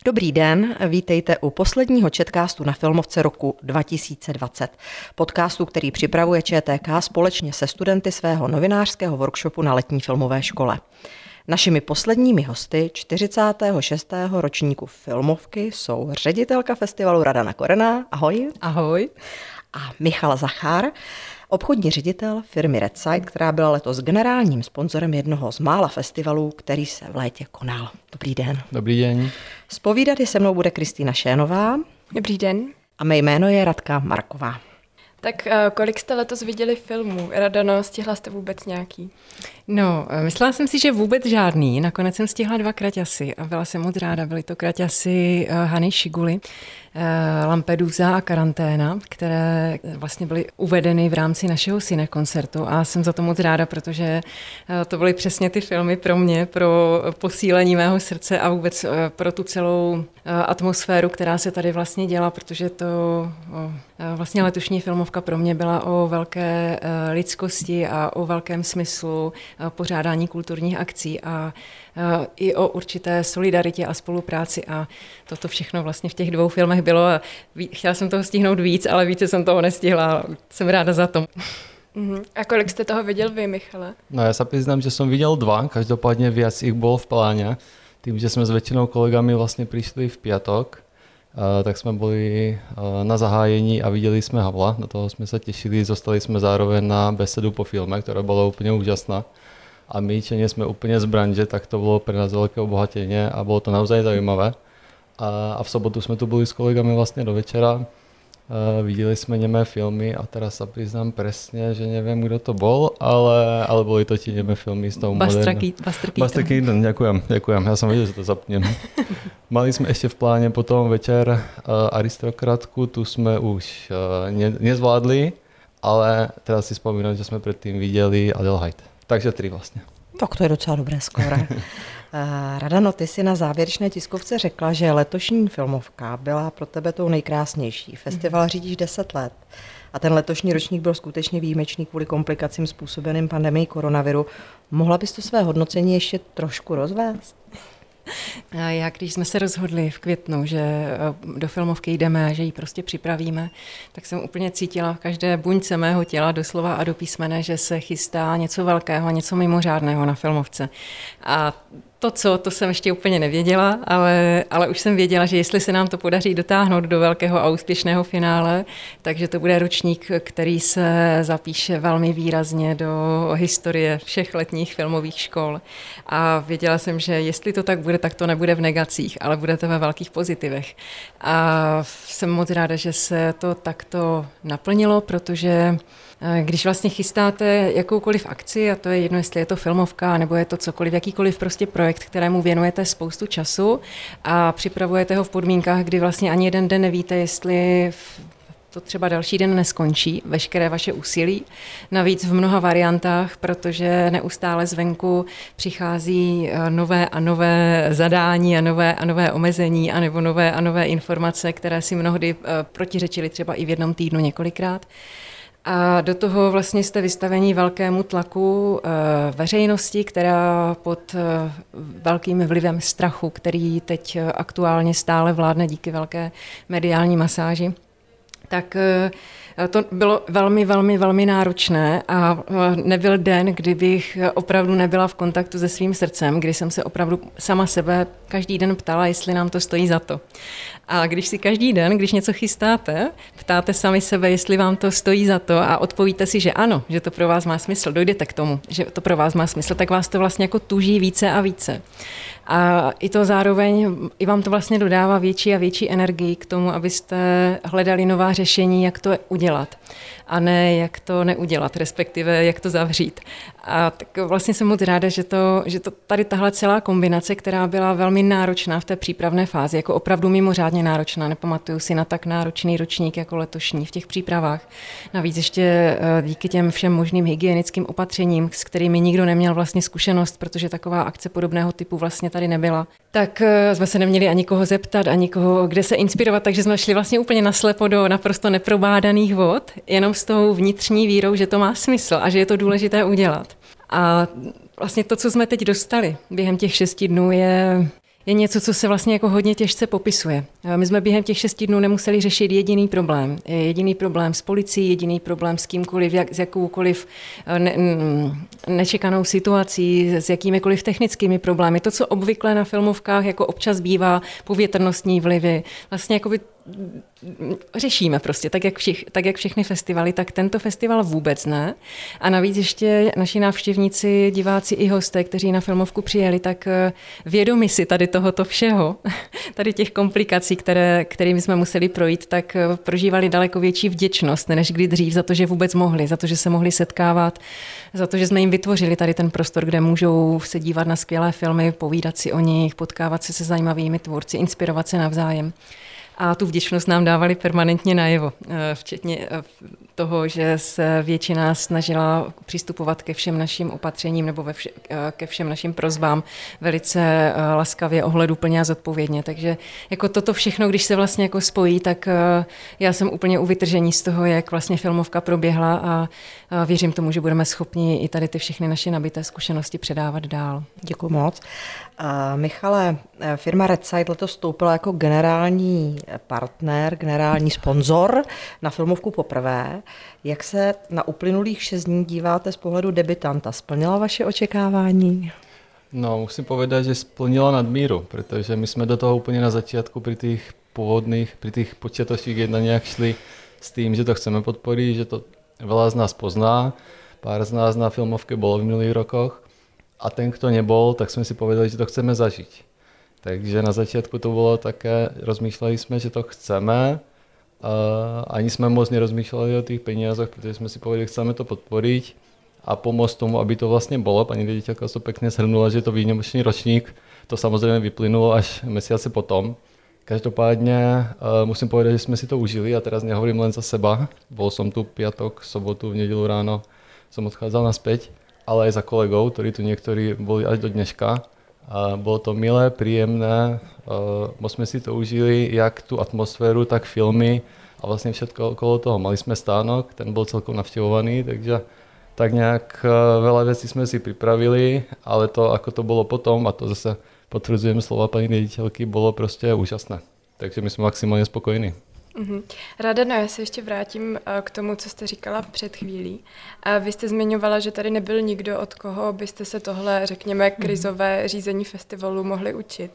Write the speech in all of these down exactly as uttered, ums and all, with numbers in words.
Dobrý den, vítejte u posledního Četcastu na Filmovce roku dva tisíce dvacet. Podcastu, který připravuje ČTK společně se studenty svého novinářského workshopu na letní filmové škole. Našimi posledními hosty čtyřicátého šestého ročníku Filmovky jsou ředitelka festivalu Radana Korená, ahoj. Ahoj. A Michal Zachár, obchodní ředitel firmy Red Side, která byla letos generálním sponzorem jednoho z mála festivalů, který se v létě konal. Dobrý den. Dobrý den. Zpovídat je se mnou bude Kristýna Šénová. Dobrý den. A mé jméno je Radka Marková. Tak kolik jste letos viděli filmů? Radano, stihla jste vůbec nějaký? No, myslela jsem si, že vůbec žádný. Nakonec jsem stihla dva kraťasy a byla jsem moc ráda. Byly to kraťasy Hany Šiguly, Lampedusa a Karanténa, které vlastně byly uvedeny v rámci našeho cinekoncertu a jsem za to moc ráda, protože to byly přesně ty filmy pro mě, pro posílení mého srdce a vůbec pro tu celou atmosféru, která se tady vlastně dělá, protože to vlastně letošní filmovka pro mě byla o velké lidskosti a o velkém smyslu pořádání kulturních akcí a i o určité solidaritě a spolupráci a toto všechno vlastně v těch dvou filmech bylo a chtěla jsem toho stihnout víc, ale více jsem toho nestihla. Jsem ráda za to. Uh-huh. A kolik jste toho viděl vy, Michale? No ja sa priznám, že som videl dva, každopádne viac ich bolo v pláne. Tým, že sme s väčšinou kolegami vlastne prišli v piatok, uh, tak sme boli uh, na zahájení a videli sme Havla. Do toho sme sa tešili, zostali sme zároveň na besedu po filme, ktorá bola úplne úžasná. A my, čo nie sme úplne z branže, tak to bolo pre nás veľké obohatenie a bolo to naozaj zaujímavé. A, a v sobotu sme tu boli s kolegami vlastne do večera. Uh, videli sme nemé filmy a teraz sa priznám presne, že neviem, kto to bol, ale, ale boli to tie nemé filmy s tou modernou. Buster Keaton. Buster Keaton, ďakujem, ďakujem. Ja som vedel, že to zapnem. Mali sme ešte v pláne potom večer uh, Aristokratku, tu sme už uh, ne, nezvládli, ale teraz si spomínam, že sme predtým videli Adelheid. Takže tri vlastně. Tak to je docela dobré skóre. Radano, ty si na závěrečné tiskovce řekla, že letošní filmovka byla pro tebe tou nejkrásnější. Festival řídíš deset let a ten letošní ročník byl skutečně výjimečný kvůli komplikacím způsobeným pandemií koronaviru. Mohla bys to své hodnocení ještě trošku rozvést? Já, když jsme se rozhodli v květnu, že do filmovky jdeme a že ji prostě připravíme, tak jsem úplně cítila v každé buňce mého těla doslova a do písmene, že se chystá něco velkého, něco mimořádného na filmovce. A to, co, to jsem ještě úplně nevěděla, ale, ale už jsem věděla, že jestli se nám to podaří dotáhnout do velkého a úspěšného finále, takže to bude ročník, který se zapíše velmi výrazně do historie všech letních filmových škol. A věděla jsem, že jestli to tak bude, tak to nebude v negacích, ale bude to ve velkých pozitivech. A jsem moc ráda, že se to takto naplnilo, protože když vlastně chystáte jakoukoliv akci, a to je jedno, jestli je to filmovka, nebo je to cokoliv, jakýkoliv prostě projekt, kterému věnujete spoustu času a připravujete ho v podmínkách, kdy vlastně ani jeden den nevíte, jestli to třeba další den neskončí, veškeré vaše úsilí. Navíc v mnoha variantách, protože neustále zvenku přichází nové a nové zadání a nové a nové omezení a nebo nové a nové informace, které si mnohdy protiřečily třeba i v jednom týdnu několikrát. A do toho vlastně jste vystavení velkému tlaku e, veřejnosti, která pod e, velkým vlivem strachu, který teď aktuálně stále vládne díky velké mediální masáži, tak e, to bylo velmi, velmi, velmi náročné a nebyl den, kdybych opravdu nebyla v kontaktu se svým srdcem, kdy jsem se opravdu sama sebe každý den ptala, jestli nám to stojí za to. A když si každý den, když něco chystáte, ptáte sami sebe, jestli vám to stojí za to a odpovíte si, že ano, že to pro vás má smysl, dojdete k tomu, že to pro vás má smysl, tak vás to vlastně jako tuží více a více. A i to zároveň, i vám to vlastně dodává větší a větší energii k tomu, abyste hledali nová řešení, jak to udělat. A ne jak to neudělat, respektive jak to zavřít. A tak vlastně jsem moc ráda, že to, že to tady tahle celá kombinace, která byla velmi náročná v té přípravné fázi, jako opravdu mimořádně náročná, nepamatuju si na tak náročný ročník jako letošní v těch přípravách. Navíc ještě díky těm všem možným hygienickým opatřením, s kterými nikdo neměl vlastně zkušenost, protože taková akce podobného typu vlastně tady nebyla, tak jsme se neměli ani koho zeptat, ani koho, kde se inspirovat, takže jsme šli vlastně úplně naslepo do naprosto neprobádaných vod, jenom s tou vnitřní vírou, že to má smysl a že je to důležité udělat. A vlastně to, co jsme teď dostali během těch šesti dnů, je, je něco, co se vlastně jako hodně těžce popisuje. My jsme během těch šesti dnů nemuseli řešit jediný problém. Jediný problém s policií, jediný problém s kýmkoliv, jak, s jakoukoliv ne, nečekanou situací, s jakýmikoliv technickými problémy. To, co obvykle na filmovkách jako občas bývá, povětrnostní vlivy, vlastně jakoby řešíme prostě, tak jak, všich, tak jak všechny festivaly, tak tento festival vůbec ne. A navíc ještě naši návštěvníci, diváci i hosté, kteří na filmovku přijeli, tak vědomi si tady tohoto všeho, tady těch komplikací, které, kterými jsme museli projít, tak prožívali daleko větší vděčnost, než kdy dřív, za to, že vůbec mohli, za to, že se mohli setkávat, za to, že jsme jim vytvořili tady ten prostor, kde můžou se dívat na skvělé filmy, povídat si o nich, potkávat se se zajímavými tvůrci, inspirovat se navzájem. A tu vděčnost nám dávali permanentně najevo, včetně toho, že se většina snažila přistupovat ke všem našim opatřením nebo ve vše, ke všem našim prosbám velice laskavě, ohleduplně a zodpovědně. Takže jako toto všechno, když se vlastně jako spojí, tak já jsem úplně u vytržení z toho, jak vlastně filmovka proběhla a věřím tomu, že budeme schopni i tady ty všechny naše nabité zkušenosti předávat dál. Děkuji moc. Uh, Michale, firma Redside letos vstoupila jako generální partner, generální sponzor na filmovku poprvé. Jak se na uplynulých šest dní díváte z pohledu debitanta? Splnila vaše očekávání? No, musím povedať, že splnila nadmíru, pretože my sme do toho úplne na začiatku pri tých pôvodných, pri tých počiatočných jednaniach šli s tým, že to chceme podporiť, že to veľa z nás pozná, pár z nás na filmovke bolo v minulých rokoch a ten, kto nebol, tak sme si povedali, že to chceme zažiť. Takže na začiatku to bolo také, rozmýšľali sme, že to chceme, Uh, ani sme moc nerozmýšľali o tých peniazoch, pretože sme si povedali, že chceme to podporiť a pomôcť tomu, aby to vlastne bolo. Pani riaditeľka to pekne shrnula, že to výnimočný ročník, to samozrejme vyplynulo až mesiace potom. Každopádne uh, musím povedať, že sme si to užili a teraz nehovorím len za seba. Bol som tu piatok, sobotu, v nedeľu ráno som odchádzal naspäť, ale aj za kolegov, ktorí tu niektorí boli až do dneška. A bolo to milé, príjemné, uh, moc sme si to užili, jak tú atmosféru, tak filmy a vlastne všetko okolo toho. Mali sme stánok, ten bol celkom navštevovaný, takže tak nejak uh, veľa vecí sme si pripravili, ale to, ako to bolo potom, a to zase potvrdzujem slova pani riaditeľky, bolo proste úžasné. Takže my sme maximálne spokojní. Mm-hmm. Radano, já se ještě vrátím k tomu, co jste říkala před chvílí. A vy jste zmiňovala, že tady nebyl nikdo, od koho byste se tohle, řekněme, krizové řízení festivalu mohli učit.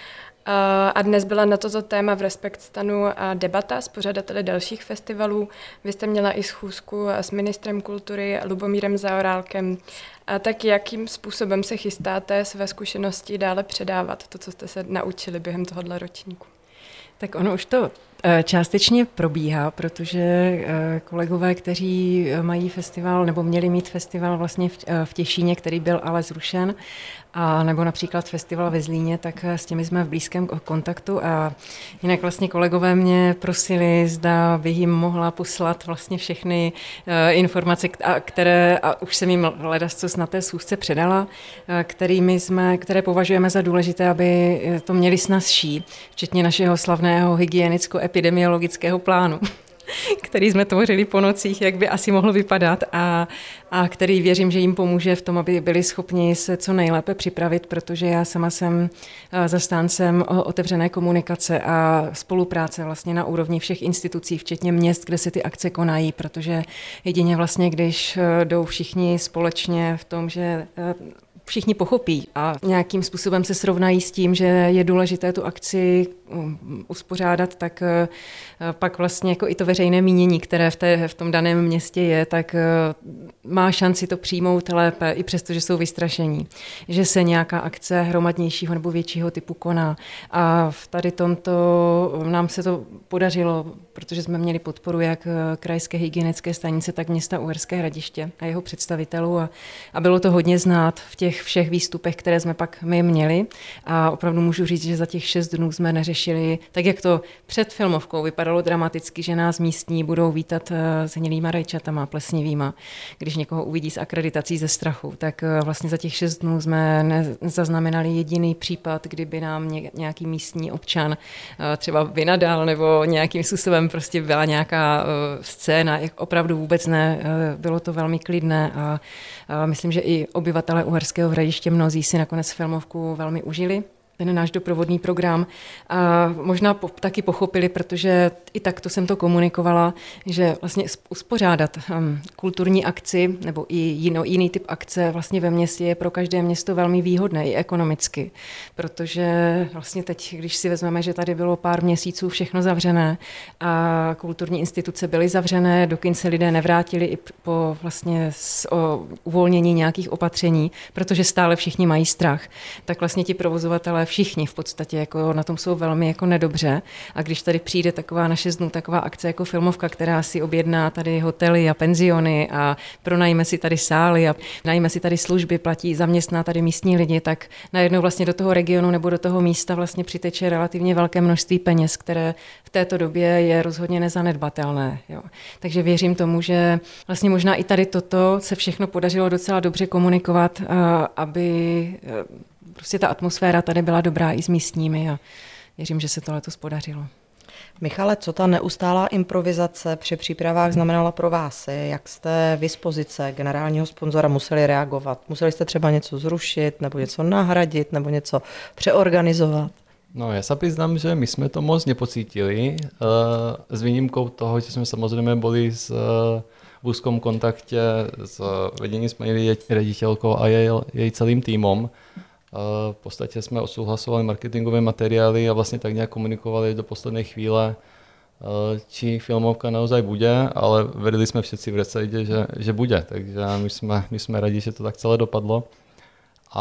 A dnes byla na toto téma v Respektstanu debata s pořadateli dalších festivalů. Vy jste měla i schůzku s ministrem kultury Lubomírem Zaorálkem. A tak jakým způsobem se chystáte své zkušenosti dále předávat, to, co jste se naučili během tohohle ročníku? Tak ono už to částečně probíhá, protože kolegové, kteří mají festival nebo měli mít festival vlastně v Těšíně, který byl ale zrušen, a nebo například festival ve Zlíně, tak s těmi jsme v blízkém kontaktu a jinak vlastně kolegové mě prosili, zda bych jim mohla poslat vlastně všechny informace, které, a už jsem jim ledascos na té schůzce předala, kterými jsme, které považujeme za důležité, aby to měli snazší, včetně našeho slavného hygienicko-epidemiologického plánu, který jsme tvořili po nocích, jak by asi mohlo vypadat a, a který věřím, že jim pomůže v tom, aby byli schopni se co nejlépe připravit, protože já sama jsem zastáncem otevřené komunikace a spolupráce vlastně na úrovni všech institucí, včetně měst, kde se ty akce konají, protože jedině vlastně, když jdou všichni společně v tom, že všichni pochopí a nějakým způsobem se srovnají s tím, že je důležité tu akci uspořádat, tak pak vlastně jako i to veřejné mínění, které v, té, v tom daném městě je, tak má šanci to přijmout lépe, i přesto, že jsou vystrašení, že se nějaká akce hromadnějšího nebo většího typu koná. A v tady tomto nám se to podařilo, protože jsme měli podporu jak krajské hygienické stanice, tak města Uherské Hradiště a jeho představitelů a, a bylo to hodně znát v těch všech výstupech, které jsme pak my měli a opravdu můžu říct, že za těch šest dnů jsme neřešili, tak jak to před filmovkou vypadalo dramaticky, že nás místní budou vítat s hnilýma rajčatama, plesnivýma, když někoho uvidí s akreditací ze strachu, tak vlastně za těch šest dnů jsme nezaznamenali jediný případ, kdyby nám nějaký místní občan třeba vynadal nebo nějakým způsobem prostě byla nějaká scéna, opravdu vůbec ne, bylo to velmi klidné a, a myslím, že i obyvatelé Uherského Hradiště mnozí si nakonec filmovku velmi užili. ten náš doprovodný program. A možná po, taky pochopili, protože i takto jsem to komunikovala, že vlastně uspořádat um, kulturní akci nebo i jino, jiný typ akce vlastně ve městě je pro každé město velmi výhodné i ekonomicky, protože vlastně teď, když si vezmeme, že tady bylo pár měsíců všechno zavřené a kulturní instituce byly zavřené, dokud se lidé nevrátili i po vlastně s, o, uvolnění nějakých opatření, protože stále všichni mají strach, tak vlastně ti provozovatelé všichni v podstatě jako na tom jsou velmi jako nedobře. A když tady přijde taková na šest dnů taková akce jako filmovka, která si objedná tady hotely a penziony a pronajme si tady sály a najme si tady služby, platí, zaměstná tady místní lidi, tak najednou vlastně do toho regionu nebo do toho místa vlastně přiteče relativně velké množství peněz, které v této době je rozhodně nezanedbatelné. Jo. Takže věřím tomu, že vlastně možná i tady toto se všechno podařilo docela dobře komunikovat, aby prostě ta atmosféra tady byla dobrá i s místními a věřím, že se to letos podařilo. Michale, co ta neustálá improvizace při přípravách znamenala pro vás? Jak jste vy z pozice generálního sponzora museli reagovat? Museli jste třeba něco zrušit, nebo něco nahradit, nebo něco přeorganizovat? No, ja sa priznám, že my sme to moc nepocítili, uh, s výnimkou toho, že sme samozrejme boli s, uh, v úzkom kontakte s vedením s pani riaditeľkou a jej, jej celým tímom. Uh, v podstate sme odsúhlasovali marketingové materiály a vlastne tak nejak komunikovali do poslednej chvíle, uh, či filmovka naozaj bude, ale verili sme všetci v Redside'e, že, že bude, takže my sme, my sme radi, že to tak celé dopadlo. A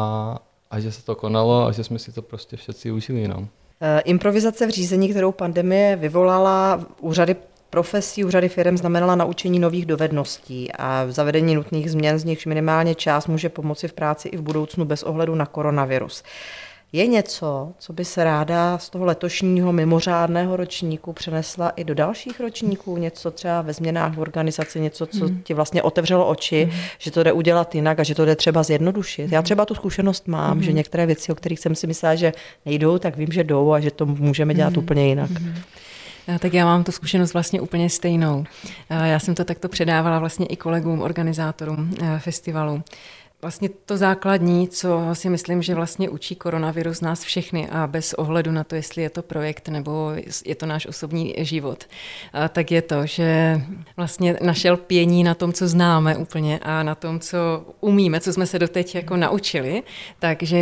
a že se to konalo a že jsme si to prostě všetci užili. No. Improvizace v řízení, kterou pandemie vyvolala u řady profesí, u řady firem znamenala naučení nových dovedností a zavedení nutných změn, z nichž minimálně část může pomoci v práci i v budoucnu bez ohledu na koronavirus. Je něco, co by se ráda z toho letošního mimořádného ročníku přenesla i do dalších ročníků? Něco třeba ve změnách v organizaci, něco, co ti vlastně otevřelo oči, mm. že to jde udělat jinak a že to jde třeba zjednodušit. Já třeba tu zkušenost mám, mm. že některé věci, o kterých jsem si myslela, že nejdou, tak vím, že jdou a že to můžeme dělat mm. úplně jinak. Mm. Tak já mám tu zkušenost vlastně úplně stejnou. Já jsem to takto předávala vlastně i kolegům, organizátorům festivalu. Vlastně to základní, co si myslím, že vlastně učí koronavirus nás všechny a bez ohledu na to, jestli je to projekt nebo je to náš osobní život, tak je to, že vlastně našel pění na tom, co známe úplně a na tom, co umíme, co jsme se doteď jako naučili, takže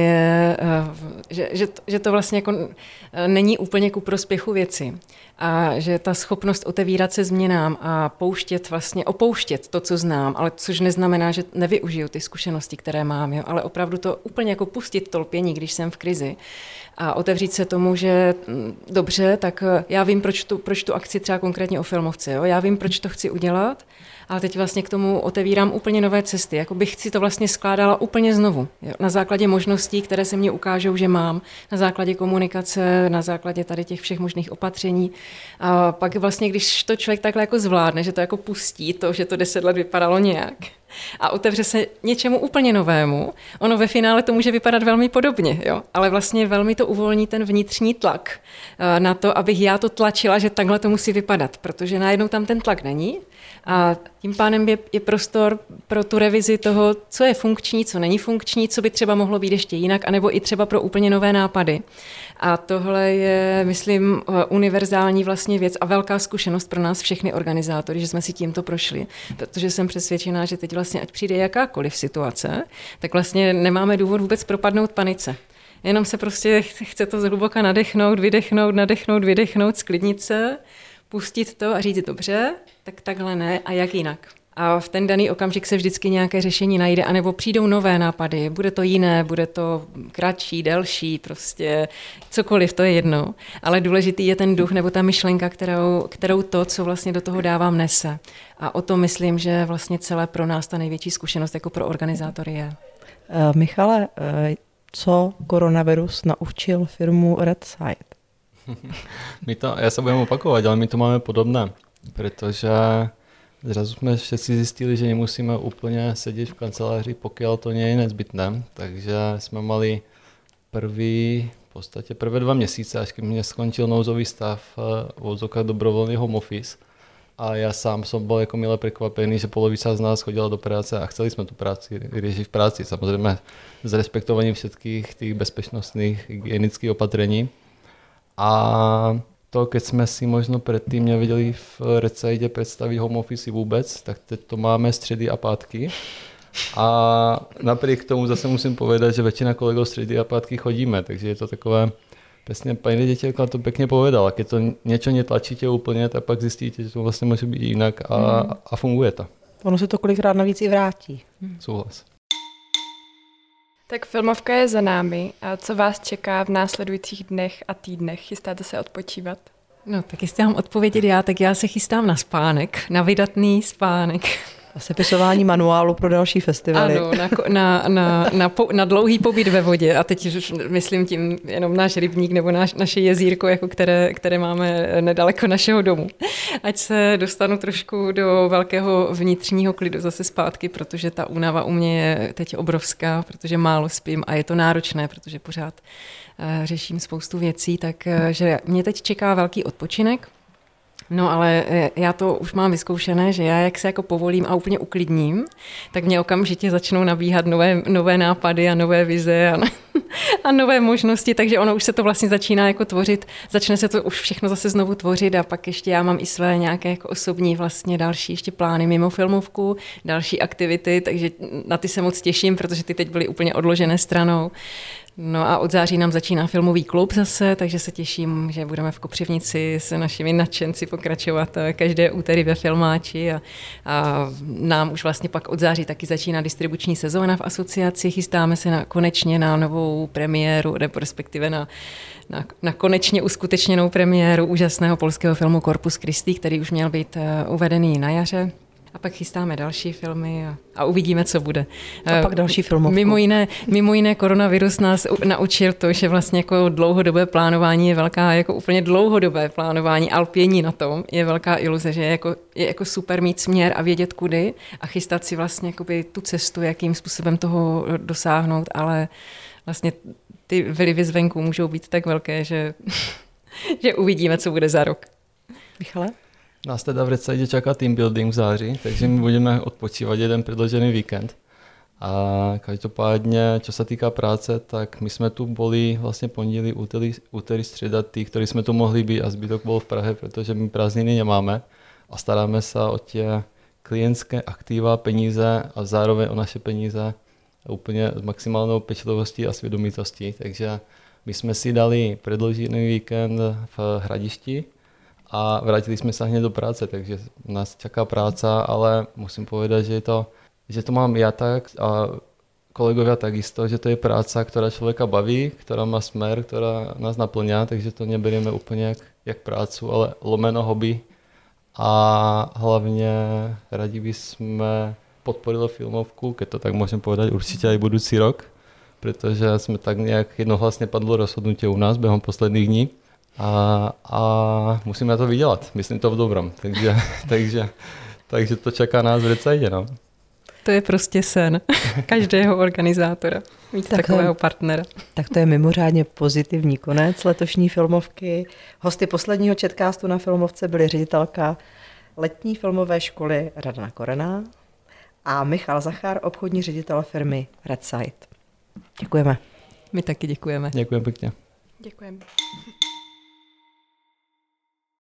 že, že, že to vlastně jako není úplně ku prospěchu věci. A že ta schopnost otevírat se změnám a pouštět vlastně, opouštět to, co znám, ale což neznamená, že nevyužiju ty zkušenosti, které mám, jo, ale opravdu to úplně jako pustit to lpění, když jsem v krizi a otevřít se tomu, že dobře, tak já vím, proč tu, proč tu akci třeba konkrétně o filmovce, jo, já vím, proč to chci udělat, ale teď vlastně k tomu otevírám úplně nové cesty, jako bych si to vlastně skládala úplně znovu, jo, na základě možností, které se mně ukážou, že mám, na základě komunikace, na základě tady těch všech možných opatření. A pak vlastně, když to člověk takhle jako zvládne, že to jako pustí to, že to deset let vypadalo nějak a otevře se něčemu úplně novému, ono ve finále to může vypadat velmi podobně, jo? Ale vlastně velmi to uvolní ten vnitřní tlak na to, abych já to tlačila, že takhle to musí vypadat, protože najednou tam ten tlak není a tím pádem je, je prostor pro tu revizi toho, co je funkční, co není funkční, co by třeba mohlo být ještě jinak, anebo i třeba pro úplně nové nápady. A tohle je, myslím, univerzální vlastně věc a velká zkušenost pro nás všechny organizátory, že jsme si tímto prošli, protože jsem přesvědčená, že teď vlastně, ať přijde jakákoliv situace, tak vlastně nemáme důvod vůbec propadnout panice. Jenom se prostě chce to zhluboka nadechnout, vydechnout, nadechnout, vydechnout, sklidnit se, pustit to a říct dobře, tak takhle ne a jak jinak. A v ten daný okamžik se vždycky nějaké řešení najde, anebo přijdou nové nápady, bude to jiné, bude to kratší, delší, prostě cokoliv, to je jedno. Ale důležitý je ten duch nebo ta myšlenka, kterou, kterou to, co vlastně do toho dávám, nese. A o to myslím, že vlastně celé pro nás ta největší zkušenost jako pro organizátory je. Uh, Michale, uh, co koronavirus naučil firmu Redside? My to, ja sa budem opakovať, ale my to máme podobné, pretože zrazu sme všetci zistili, že nemusíme úplne sedieť v kancelárii, pokiaľ to nie je nezbytné. Takže sme mali prvý, v podstate prvé dva měsíce, až keď mne skončil nouzový stav v odzokách dobrovoľný home office, a já sám som bol jako milé prekvapený, že polovica z nás chodila do práce a chceli jsme tu práci riešiť v práci. Samozřejmě s respektovaním všetkých tých bezpečnostných hygienických opatrení. A to, keď jsme si možno predtým nevedeli v Redside predstaviť home office vůbec, tak teď to máme středy a pátky. A napriek tomu zase musím povedať, že väčšina kolegov středy a pátky chodíme, takže je to takové, presne pani riaditeľka to pekne povedala, keď to niečo netlačíte úplne, tak pak zistíte, že to vlastně může být jinak a, mm. a funguje to. Ono se to kolikrát navíc i vrátí. Mm. Souhlas. Tak filmovka je za námi. A co vás čeká v následujících dnech a týdnech? Chystáte se odpočívat? No, tak jestli mám odpovědět já, tak já se chystám na spánek, na vydatný spánek. A sepisování manuálu pro další festivaly. Ano, na, na, na, na, po, na dlouhý pobyt ve vodě. A teď už myslím tím jenom náš rybník nebo náš, naše jezírko, jako které, které máme nedaleko našeho domu. Ať se dostanu trošku do velkého vnitřního klidu zase zpátky, protože ta únava u mě je teď obrovská, protože málo spím a je to náročné, protože pořád uh, řeším spoustu věcí, takže mě teď čeká velký odpočinek. No ale já to už mám vyzkoušené, že já jak se jako povolím a úplně uklidním, tak mě okamžitě začnou nabíhat nové, nové nápady a nové vize a, a nové možnosti, takže ono už se to vlastně začíná jako tvořit, začne se to už všechno zase znovu tvořit a pak ještě já mám i své nějaké jako osobní vlastně další ještě plány mimo filmovku, další aktivity, takže na ty se moc těším, protože ty teď byly úplně odložené stranou. No a od září nám začíná filmový klub zase, takže se těším, že budeme v Kopřivnici s našimi nadšenci pokračovat každé úterý ve filmáči a, a nám už vlastně pak od září taky začíná distribuční sezóna v asociaci, chystáme se na, konečně na novou premiéru, nebo respektive na, na, na konečně uskutečněnou premiéru úžasného polského filmu Corpus Christi, který už měl být uh, uvedený na jaře. A pak chystáme další filmy a, a uvidíme, co bude. A pak další filmovku. Mimo jiné, mimo jiné koronavirus nás naučil to, že vlastně jako dlouhodobé plánování je velká, jako úplně dlouhodobé plánování, alpění na tom je velká iluze, že je jako, je jako super mít směr a vědět kudy a chystat si vlastně jakoby tu cestu, jakým způsobem toho dosáhnout, ale vlastně ty vlivy zvenku můžou být tak velké, že, že uvidíme, co bude za rok. Michale? Nás teda v Redside čaká team building v září, takže my budeme odpočívat jeden predložený víkend. A každopádně, čo sa týka práce, tak my jsme tu boli vlastně pondělí, úterý, úterý středa, tí, ktorí jsme tu mohli být a zbytok bol v Prahe, protože my prázdniny nemáme a staráme se o tie klientské aktíva, peníze a zároveň o naše peníze úplně s maximálnou pečlivostí a svědomitostí. Takže my jsme si dali predložený víkend v Hradišti a vrátili jsme se hned do práce, takže nás čaká práca, ale musím povedať, že, je to, že to mám ja tak a kolegovia takisto, že to je práca, ktorá človeka baví, ktorá má smer, ktorá nás naplňá, takže to neberieme úplně jak, jak prácu, ale lomeno hobby a hlavně radi by sme podporili filmovku, keď to tak môžem povedať, určite aj budúci rok, pretože sme tak nejak jednohlasne padlo rozhodnutie u nás behom posledných dní. A, a musíme to vydělat, myslím to v dobrom, takže, takže, takže to čeká nás v Redside, no. To je prostě sen každého organizátora, mít tak takového to, partnera. Tak to je mimořádně pozitivní konec letošní filmovky. Hosty posledního chatcastu na filmovce byly ředitelka letní filmové školy Radana Korená a Michal Zachar, obchodní ředitel firmy Redside. Děkujeme. My taky děkujeme. Děkujeme pěkně. Děkujeme.